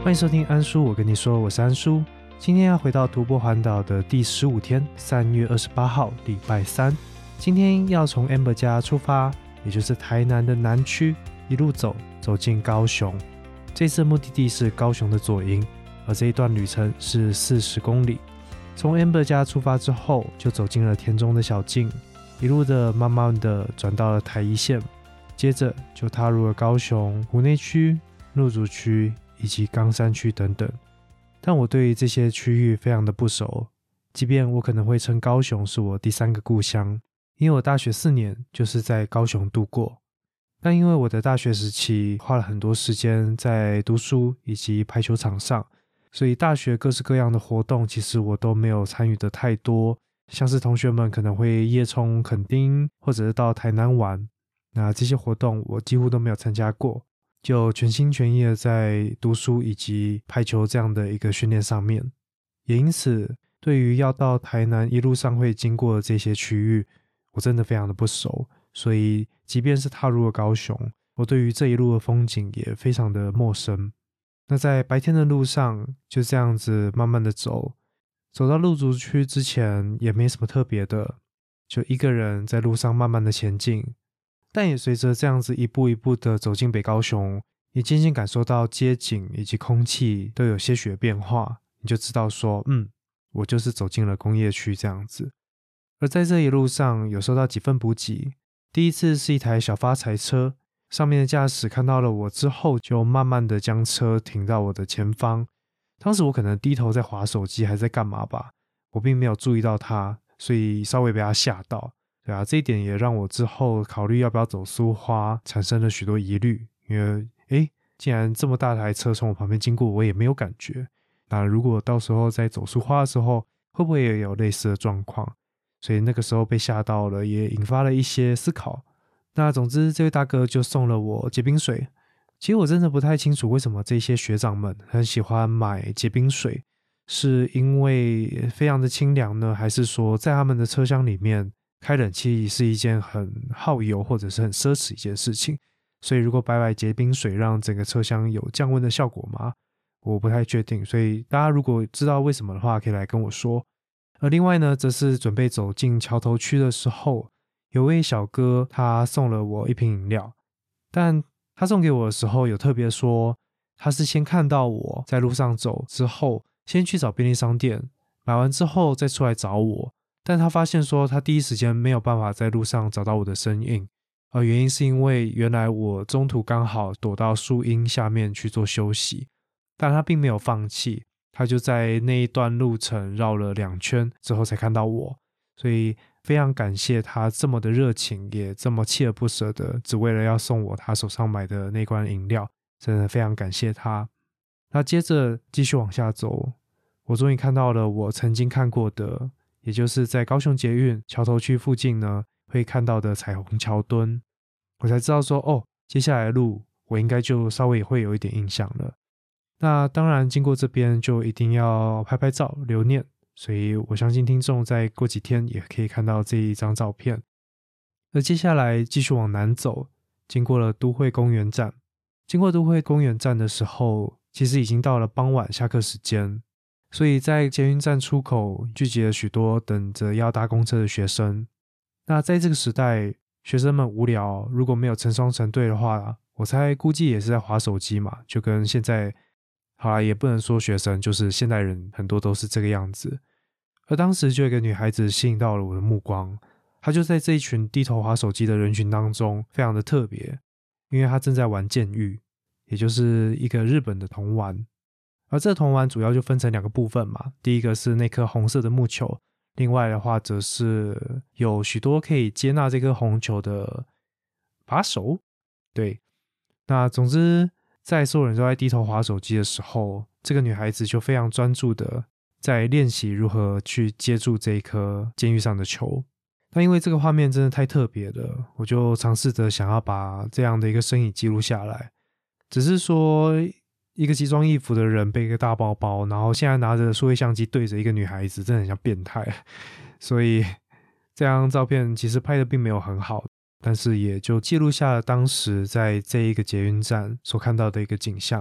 欢迎收听安叔，我跟你说，我是安叔。今天要回到徒步环岛的第15天，3月28号，礼拜三。今天要从 Amber 家出发，也就是台南的南区，一路走进高雄。这次目的地是高雄的左营，而这一段旅程是40公里。从 Amber 家出发之后，就走进了田中的小径，一路的慢慢的转到了台一线，接着就踏入了高雄湖内区、鹿竹区以及冈山区等等。但我对于这些区域非常的不熟，即便我可能会称高雄是我第3个故乡，因为我大学4年就是在高雄度过。但因为我的大学时期花了很多时间在读书以及排球场上，所以大学各式各样的活动其实我都没有参与的太多，像是同学们可能会夜冲垦丁或者是到台南玩，那这些活动我几乎都没有参加过，就全心全意的在读书以及排球这样的一个训练上面。也因此对于要到台南一路上会经过的这些区域，我真的非常的不熟，所以即便是踏入了高雄，我对于这一路的风景也非常的陌生。那在白天的路上就这样子慢慢的走到鹿竹区之前也没什么特别的，就一个人在路上慢慢的前进。但也随着这样子一步一步的走进北高雄，也渐渐感受到街景以及空气都有些许的变化，你就知道说我就是走进了工业区这样子。而在这一路上有收到几份补给，第一次是一台小发财车，上面的驾驶看到了我之后就慢慢的将车停到我的前方。当时我可能低头在滑手机还在干嘛吧，我并没有注意到他，所以稍微被他吓到。对啊，这一点也让我之后考虑要不要走苏花产生了许多疑虑，因为既然这么大台车从我旁边经过我也没有感觉，那如果到时候在走苏花的时候会不会也有类似的状况，所以那个时候被吓到了，也引发了一些思考。那总之这位大哥就送了我结冰水。其实我真的不太清楚为什么这些学长们很喜欢买结冰水，是因为非常的清凉呢，还是说在他们的车厢里面开冷气是一件很耗油或者是很奢侈一件事情，所以如果白结冰水让整个车厢有降温的效果吗？我不太确定，所以大家如果知道为什么的话可以来跟我说。而另外呢，则是准备走进桥头区的时候，有位小哥他送了我一瓶饮料，但他送给我的时候有特别说他是先看到我在路上走之后先去找便利商店买完之后再出来找我，但他发现说他第一时间没有办法在路上找到我的身影，原因是因为原来我中途刚好躲到树荫下面去做休息，但他并没有放弃，他就在那一段路程绕了2圈之后才看到我，所以非常感谢他这么的热情，也这么锲而不舍的只为了要送我他手上买的那罐饮料，真的非常感谢他。那接着继续往下走，我终于看到了我曾经看过的，也就是在高雄捷运桥头区附近呢会看到的彩虹桥墩。我才知道说接下来的路我应该就稍微会有一点印象了。那当然经过这边就一定要拍拍照留念，所以我相信听众再过几天也可以看到这一张照片。而接下来继续往南走，经过了都会公园站。经过都会公园站的时候，其实已经到了傍晚下课时间，所以在捷运站出口聚集了许多等着要搭公车的学生。那在这个时代，学生们无聊，如果没有成双成对的话，我猜估计也是在滑手机嘛，就跟现在好啦，也不能说学生，就是现代人很多都是这个样子。而当时就有一个女孩子吸引到了我的目光，她就在这一群低头滑手机的人群当中非常的特别，因为她正在玩剑玉，也就是一个日本的铜丸。而这个铜丸主要就分成2个部分嘛，第一个是那颗红色的木球，另外的话则是有许多可以接纳这颗红球的把手。对，那总之在所有人都在低头滑手机的时候，这个女孩子就非常专注的在练习如何去接住这一颗监狱上的球。那因为这个画面真的太特别了，我就尝试着想要把这样的一个身影记录下来。只是说一个奇装异服的人背一个大包包，然后现在拿着数位相机对着一个女孩子，真的很像变态。所以这张照片其实拍的并没有很好，但是也就记录下了当时在这一个捷运站所看到的一个景象。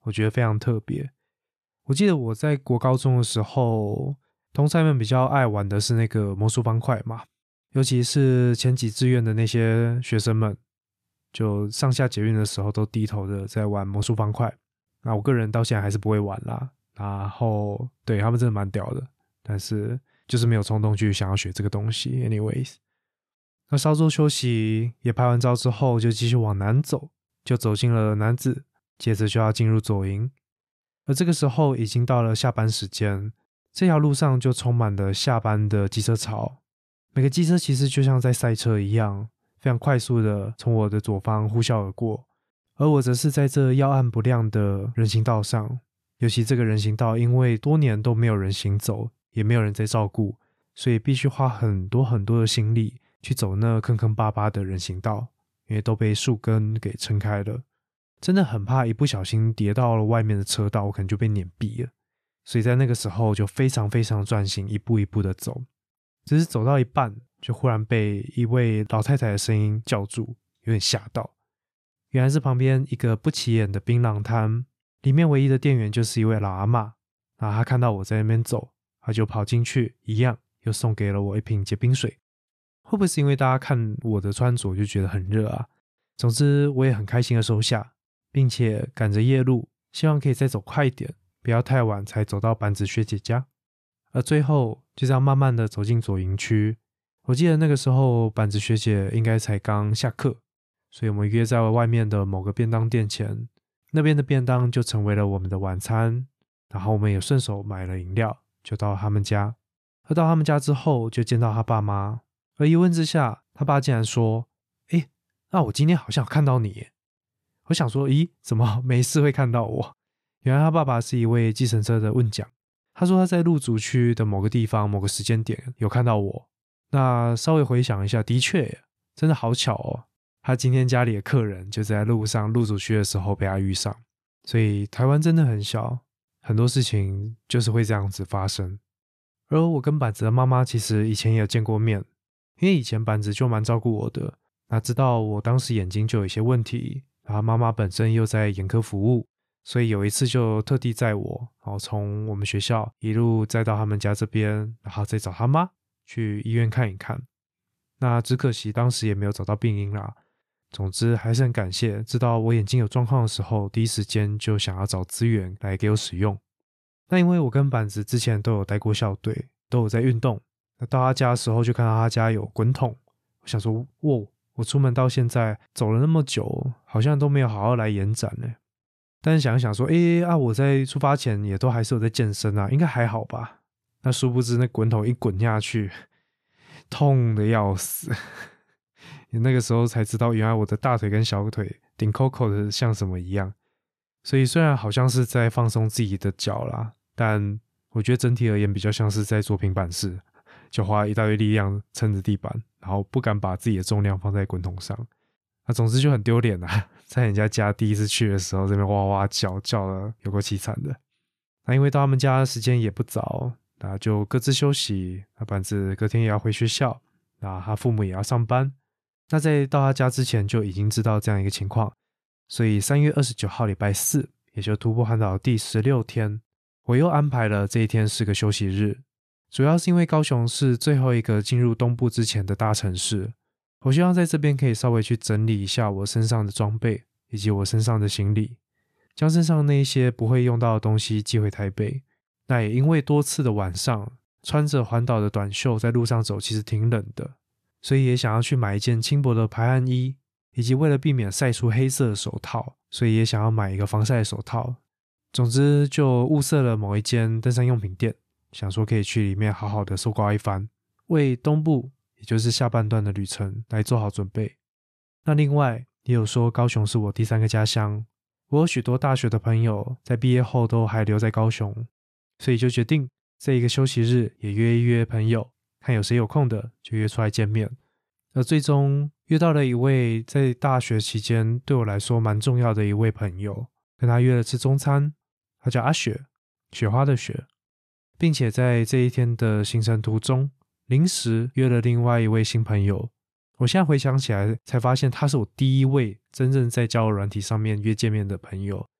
我觉得非常特别。我记得我在国高中的时候，同学们比较爱玩的是那个魔术方块嘛，尤其是前几志愿的那些学生们，就上下捷运的时候都低头的在玩魔术方块。那我个人到现在还是不会玩啦，然后对他们真的蛮屌的，但是就是没有冲动去想要学这个东西。anyways， 那稍作休息，也拍完照之后，就继续往南走，就走进了南子，接着就要进入左营。而这个时候已经到了下班时间，这条路上就充满了下班的机车潮，每个机车其实就像在赛车一样，非常快速的从我的左方呼啸而过，而我则是在这要暗不亮的人行道上，尤其这个人行道因为多年都没有人行走，也没有人在照顾，所以必须花很多很多的心力去走那坑坑巴巴的人行道，因为都被树根给撑开了，真的很怕一不小心跌到了外面的车道，我可能就被碾毙了。所以在那个时候就非常非常专心，一步一步的走，只是走到一半就忽然被一位老太太的声音叫住，有点吓到。原来是旁边一个不起眼的槟榔摊，里面唯一的店员就是一位老阿嬷。然后他看到我在那边走，他就跑进去，一样又送给了我一瓶结冰水。会不会是因为大家看我的穿着就觉得很热啊？总之我也很开心的收下，并且赶着夜路，希望可以再走快一点，不要太晚才走到板子学姐家。而最后就这样慢慢的走进左营区。我记得那个时候板子学姐应该才刚下课，所以我们约在外面的某个便当店前，那边的便当就成为了我们的晚餐，然后我们也顺手买了饮料，就到他们家。而到他们家之后就见到他爸妈，而一问之下，他爸竟然说：诶，那我今天好像有看到你耶。我想说，咦，怎么没事会看到我？原来他爸爸是一位计程车的问讲，他说他在路竹区的某个地方某个时间点有看到我。那稍微回想一下，的确耶，真的好巧哦，他今天家里的客人就在路上路竹区的时候被他遇上。所以台湾真的很小，很多事情就是会这样子发生。而我跟板子的妈妈其实以前也有见过面，因为以前板子就蛮照顾我的，那知道我当时眼睛就有一些问题，然后妈妈本身又在眼科服务，所以有一次就特地载我，然后从我们学校一路载到他们家这边，然后再找他妈去医院看一看。那只可惜当时也没有找到病因啦。总之还是很感谢，知道我眼睛有状况的时候，第一时间就想要找资源来给我使用。那因为我跟板子之前都有待过校队，都有在运动，那到他家的时候就看到他家有滚筒，我想说，哇，我出门到现在走了那么久，好像都没有好好来延展呢。但是想一想说，我在出发前也都还是有在健身啊，应该还好吧。那殊不知那滚筒一滚下去，痛得要死。那个时候才知道，原来我的大腿跟小腿顶 Coco 的像什么一样。所以虽然好像是在放松自己的脚啦，但我觉得整体而言比较像是在做平板式，就花一大堆力量撑着地板，然后不敢把自己的重量放在滚筒上。那总之就很丢脸啊，在人家家第一次去的时候，这边哇哇叫了有够凄惨的。那因为到他们家的时间也不早，那就各自休息。那板子隔天也要回学校，那他父母也要上班。那在到他家之前就已经知道这样一个情况，所以3月29号礼拜四，也就突破环岛第16天，我又安排了这一天是个休息日。主要是因为高雄是最后一个进入东部之前的大城市，我希望在这边可以稍微去整理一下我身上的装备以及我身上的行李，将身上那一些不会用到的东西寄回台北。那也因为多次的晚上穿着环岛的短袖在路上走其实挺冷的，所以也想要去买一件轻薄的排汗衣，以及为了避免晒出黑色的手套，所以也想要买一个防晒手套。总之就物色了某一间登山用品店，想说可以去里面好好的搜刮一番，为东部也就是下半段的旅程来做好准备。那另外也有说高雄是我第3个家乡，我有许多大学的朋友在毕业后都还留在高雄，所以就决定这一个休息日也约一约朋友，看有谁有空的就约出来见面。而最终约到了一位在大学期间对我来说蛮重要的一位朋友，跟他约了吃中餐，他叫阿雪，雪花的雪，并且在这一天的行程途中临时约了另外一位新朋友。我现在回想起来才发现他是我第一位真正在交友软体上面约见面的朋友，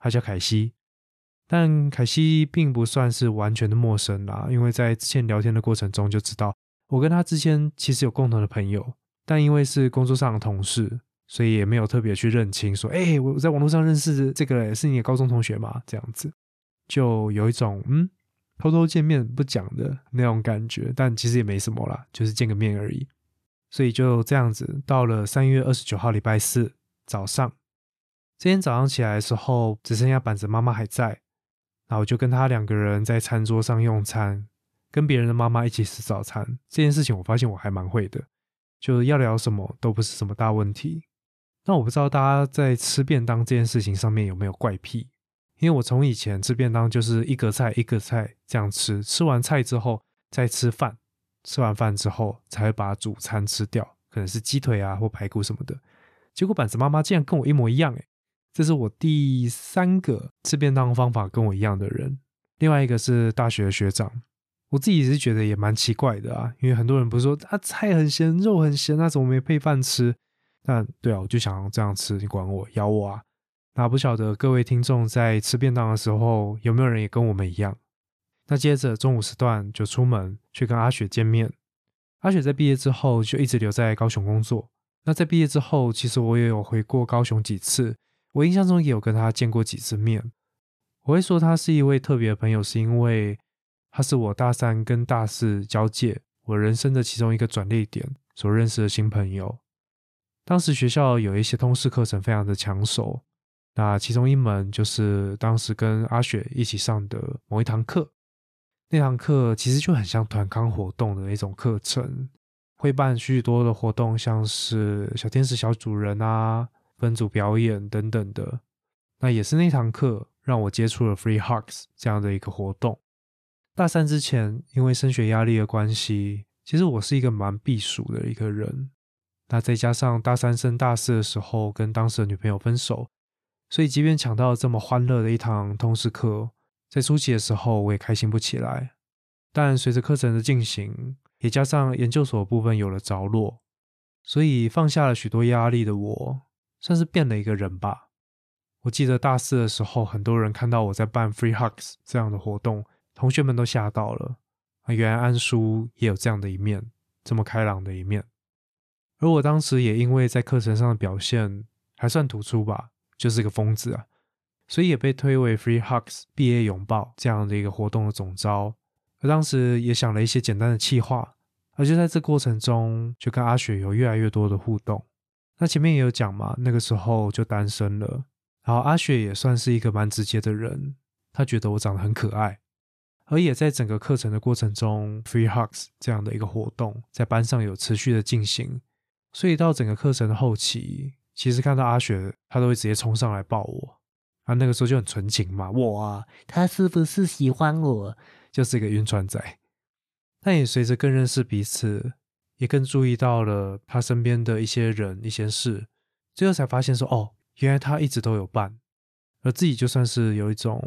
他叫凯西。但凯西并不算是完全的陌生啦，因为在之前聊天的过程中就知道，我跟他之间其实有共同的朋友，但因为是工作上的同事，所以也没有特别去认清说，我在网络上认识这个人是你的高中同学嘛，这样子就有一种偷偷见面不讲的那种感觉，但其实也没什么啦，就是见个面而已。所以就这样子，到了3月29号礼拜四早上，这天早上起来的时候，只剩下板子妈妈还在，然后我就跟他2个人在餐桌上用餐，跟别人的妈妈一起吃早餐。这件事情我发现我还蛮会的，就要聊什么都不是什么大问题。那我不知道大家在吃便当这件事情上面有没有怪癖，因为我从以前吃便当就是一个菜一个菜这样吃，吃完菜之后再吃饭，吃完饭之后才会把主餐吃掉，可能是鸡腿啊或排骨什么的。结果板子妈妈竟然跟我一模一样，这是我第3个吃便当方法跟我一样的人。另外一个是大学的学长，我自己是觉得也蛮奇怪的啊，因为很多人不是说菜很咸肉很咸怎么没配饭吃，但对啊，我就想要这样吃，你管我咬我啊。那不晓得各位听众在吃便当的时候有没有人也跟我们一样。那接着中午时段就出门去跟阿雪见面。阿雪在毕业之后就一直留在高雄工作，那在毕业之后其实我也有回过高雄几次，我印象中也有跟他见过几次面。我会说他是一位特别的朋友，是因为他是我大3跟大4交界我人生的其中一个转捩点所认识的新朋友。当时学校有一些通识课程非常的抢手，那其中一门就是当时跟阿雪一起上的某一堂课。那堂课其实就很像团康活动的一种课程，会办许许多多的活动，像是小天使小主人啊、分组表演等等的。那也是那堂课让我接触了 Free Hugs 这样的一个活动。大3之前因为升学压力的关系，其实我是一个蛮避暑的一个人。那再加上大3升大4的时候跟当时的女朋友分手，所以即便抢到这么欢乐的一堂通识课，在初期的时候我也开心不起来。但随着课程的进行，也加上研究所的部分有了着落，所以放下了许多压力的我算是变了一个人吧。我记得大4的时候，很多人看到我在办 Free Hugs 这样的活动，同学们都吓到了，原来安叔也有这样的一面，这么开朗的一面。而我当时也因为在课程上的表现还算突出吧，就是个疯子啊，所以也被推为 Free Hugs 毕业拥抱这样的一个活动的总召。而当时也想了一些简单的企划，而就在这过程中就跟阿雪有越来越多的互动。那前面也有讲嘛，那个时候就单身了，然后阿雪也算是一个蛮直接的人，她觉得我长得很可爱。而也在整个课程的过程中 Free Hugs 这样的一个活动在班上有持续的进行，所以到整个课程的后期，其实看到阿雪她都会直接冲上来抱我，那个时候就很纯情嘛，哇，她是不是喜欢我，就是一个晕船仔。但也随着更认识彼此，也更注意到了他身边的一些人一些事，最后才发现说原来他一直都有伴，而自己就算是有一种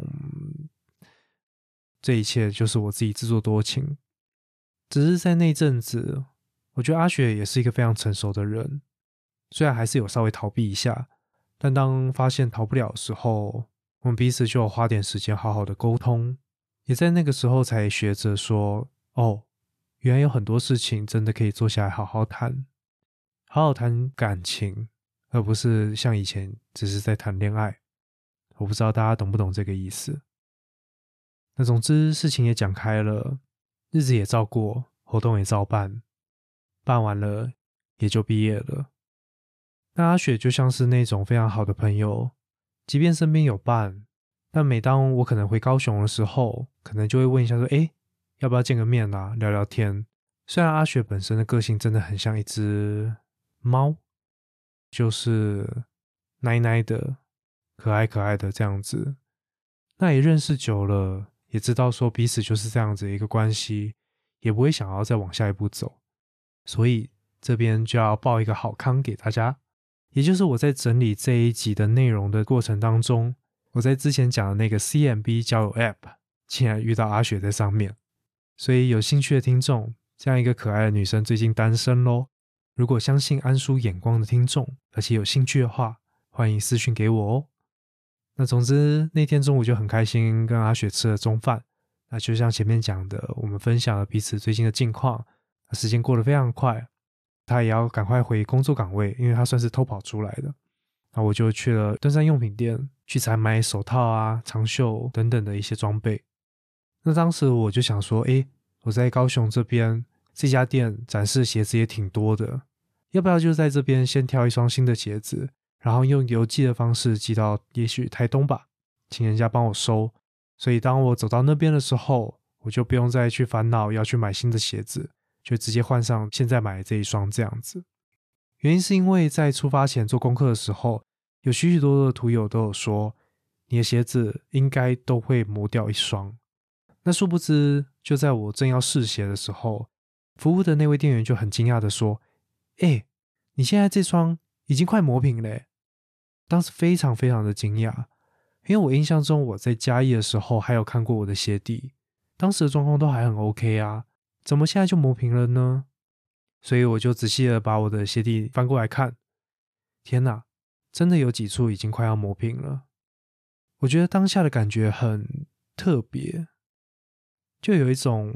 这一切就是我自己自作多情。只是在那阵子，我觉得阿雪也是一个非常成熟的人，虽然还是有稍微逃避一下，但当发现逃不了的时候，我们彼此就有花点时间好好的沟通，也在那个时候才学着说原来有很多事情真的可以坐下来好好谈，好好谈感情，而不是像以前只是在谈恋爱。我不知道大家懂不懂这个意思。那总之事情也讲开了，日子也照过，活动也照办，办完了也就毕业了。那阿雪就像是那种非常好的朋友，即便身边有伴，但每当我可能回高雄的时候，可能就会问一下说要不要见个面啊，聊聊天。虽然阿雪本身的个性真的很像一只猫，就是奶奶的可爱可爱的这样子，那也认识久了，也知道说彼此就是这样子的一个关系，也不会想要再往下一步走。所以这边就要报一个好康给大家，也就是我在整理这一集的内容的过程当中，我在之前讲的那个 CMB 交友 App 竟然遇到阿雪在上面。所以有兴趣的听众，这样一个可爱的女生最近单身咯，如果相信安叔眼光的听众，而且有兴趣的话，欢迎私讯给我哦。 那总之那天中午就很开心跟阿雪吃了中饭，那就像前面讲的，我们分享了彼此最近的近况，时间过得非常快，他也要赶快回工作岗位，因为他算是偷跑出来的。那我就去了登山用品店去采买手套啊、长袖等等的一些装备。那当时我就想说，我在高雄这边这家店展示鞋子也挺多的，要不要就在这边先挑一双新的鞋子，然后用邮寄的方式寄到也许台东吧，请人家帮我收。所以当我走到那边的时候，我就不用再去烦恼要去买新的鞋子，就直接换上现在买的这一双这样子。原因是因为在出发前做功课的时候，有许许多多的图友都有说，你的鞋子应该都会磨掉一双。那殊不知，就在我正要试鞋的时候，服务的那位店员就很惊讶的说，你现在这双已经快磨平了。当时非常非常的惊讶，因为我印象中我在嘉义的时候还有看过我的鞋底，当时的状况都还很 OK 啊，怎么现在就磨平了呢？所以我就仔细的把我的鞋底翻过来看，天哪，真的有几处已经快要磨平了。我觉得当下的感觉很特别，就有一种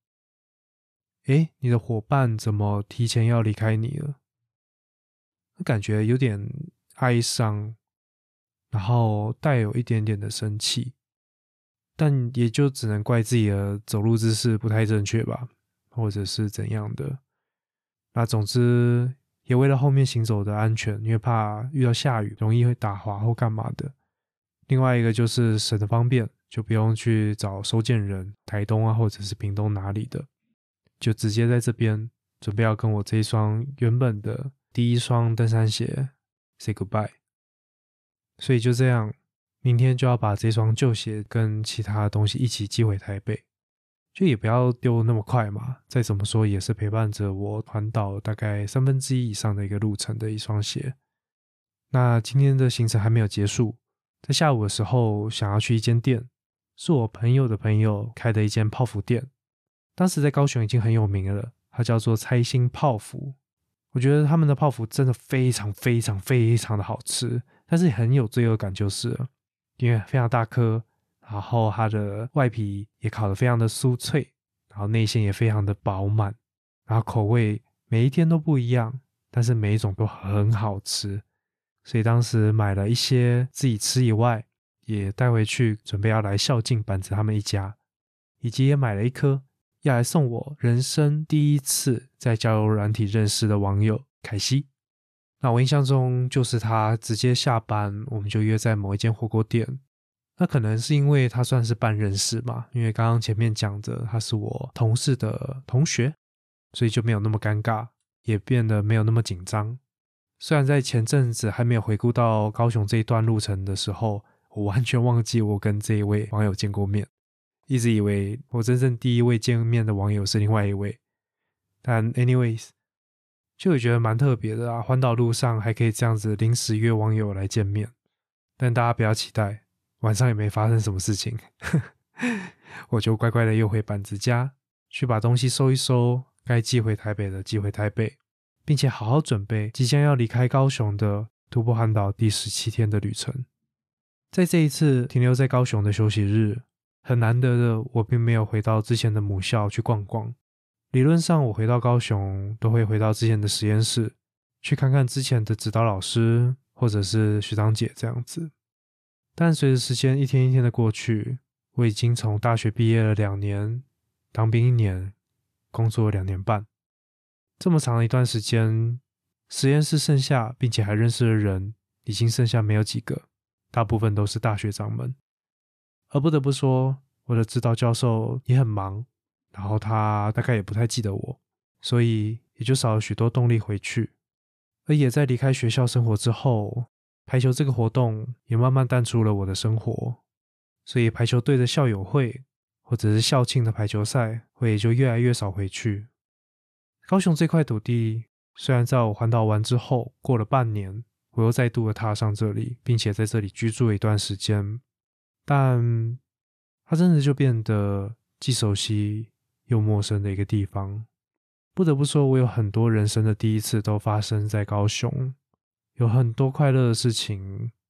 你的伙伴怎么提前要离开你了，感觉有点哀伤，然后带有一点点的生气，但也就只能怪自己的走路姿势不太正确吧，或者是怎样的。那总之也为了后面行走的安全，因为怕遇到下雨容易会打滑或干嘛的。另外一个就是省得方便，就不用去找收件人台东啊或者是屏东哪里的，就直接在这边准备要跟我这一双原本的第一双登山鞋 say goodbye。 所以就这样，明天就要把这双旧鞋跟其他东西一起寄回台北，就也不要丢那么快嘛，再怎么说也是陪伴着我环岛大概1/3以上的一个路程的一双鞋。那今天的行程还没有结束，在下午的时候想要去一间店，是我朋友的朋友开的一间泡芙店，当时在高雄已经很有名了，它叫做猜心泡芙。我觉得他们的泡芙真的非常非常非常的好吃，但是很有罪恶感就是了，因为非常大颗，然后它的外皮也烤得非常的酥脆，然后内馅也非常的饱满，然后口味每一天都不一样，但是每一种都很好吃。所以当时买了一些自己吃以外，也带回去准备要来孝敬板子他们一家，以及也买了一颗要来送我人生第一次在交友软体认识的网友凯西。那我印象中就是他直接下班我们就约在某一间火锅店，那可能是因为他算是半认识嘛，因为刚刚前面讲的他是我同事的同学，所以就没有那么尴尬，也变得没有那么紧张。虽然在前阵子还没有回顾到高雄这一段路程的时候，我完全忘记我跟这一位网友见过面，一直以为我真正第一位见面的网友是另外一位。但 anyways， 就也觉得蛮特别的啊，环岛路上还可以这样子临时约网友来见面。但大家不要期待，晚上也没发生什么事情我就乖乖的又回板子家，去把东西收一收，该寄回台北的寄回台北，并且好好准备即将要离开高雄的突破环岛第17天的旅程。在这一次停留在高雄的休息日，很难得的我并没有回到之前的母校去逛逛。理论上我回到高雄都会回到之前的实验室，去看看之前的指导老师或者是学长姐这样子。但随着时间一天一天的过去，我已经从大学毕业了2年，当兵1年，工作了2年半。这么长的一段时间，实验室剩下并且还认识的人已经剩下没有几个，大部分都是大学长们。而不得不说，我的指导教授也很忙，然后他大概也不太记得我，所以也就少了许多动力回去。而也在离开学校生活之后，排球这个活动也慢慢淡出了我的生活，所以排球队的校友会或者是校庆的排球赛我也就越来越少回去。高雄这块土地虽然在我环岛完之后过了半年，我又再度的踏上这里，并且在这里居住了一段时间，但它真的就变得既熟悉又陌生的一个地方。不得不说，我有很多人生的第一次都发生在高雄，有很多快乐的事情，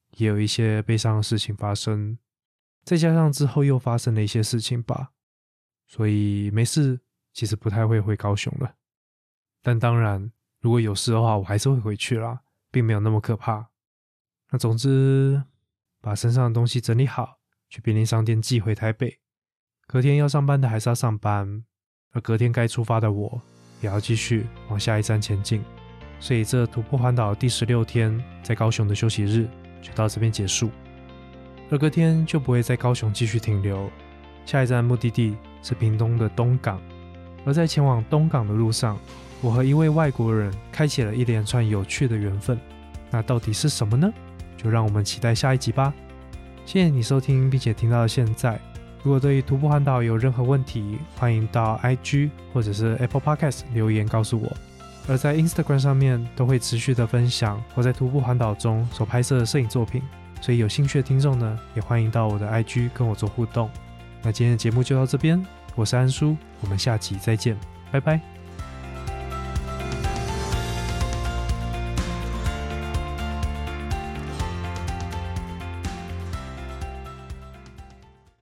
也有一些悲伤的事情发生，再加上之后又发生了一些事情吧，所以没事，其实不太会回高雄了。但当然，如果有事的话，我还是会回去啦，并没有那么可怕。那总之，把身上的东西整理好，去便利商店寄回台北。隔天要上班的还是要上班，而隔天该出发的我，也要继续往下一站前进。所以这突破环岛第16天，在高雄的休息日就到这边结束。而隔天就不会在高雄继续停留，下一站目的地是屏东的东港。而在前往东港的路上，我和一位外国人开启了一连串有趣的缘分。那到底是什么呢？就让我们期待下一集吧。谢谢你收听并且听到现在。如果对于徒步环岛有任何问题，欢迎到 IG 或者是 Apple Podcast 留言告诉我。而在 Instagram 上面都会持续的分享我在徒步环岛中所拍摄的摄影作品，所以有兴趣的听众呢，也欢迎到我的 IG 跟我做互动。那今天的节目就到这边，我是安叔，我们下集再见，拜拜。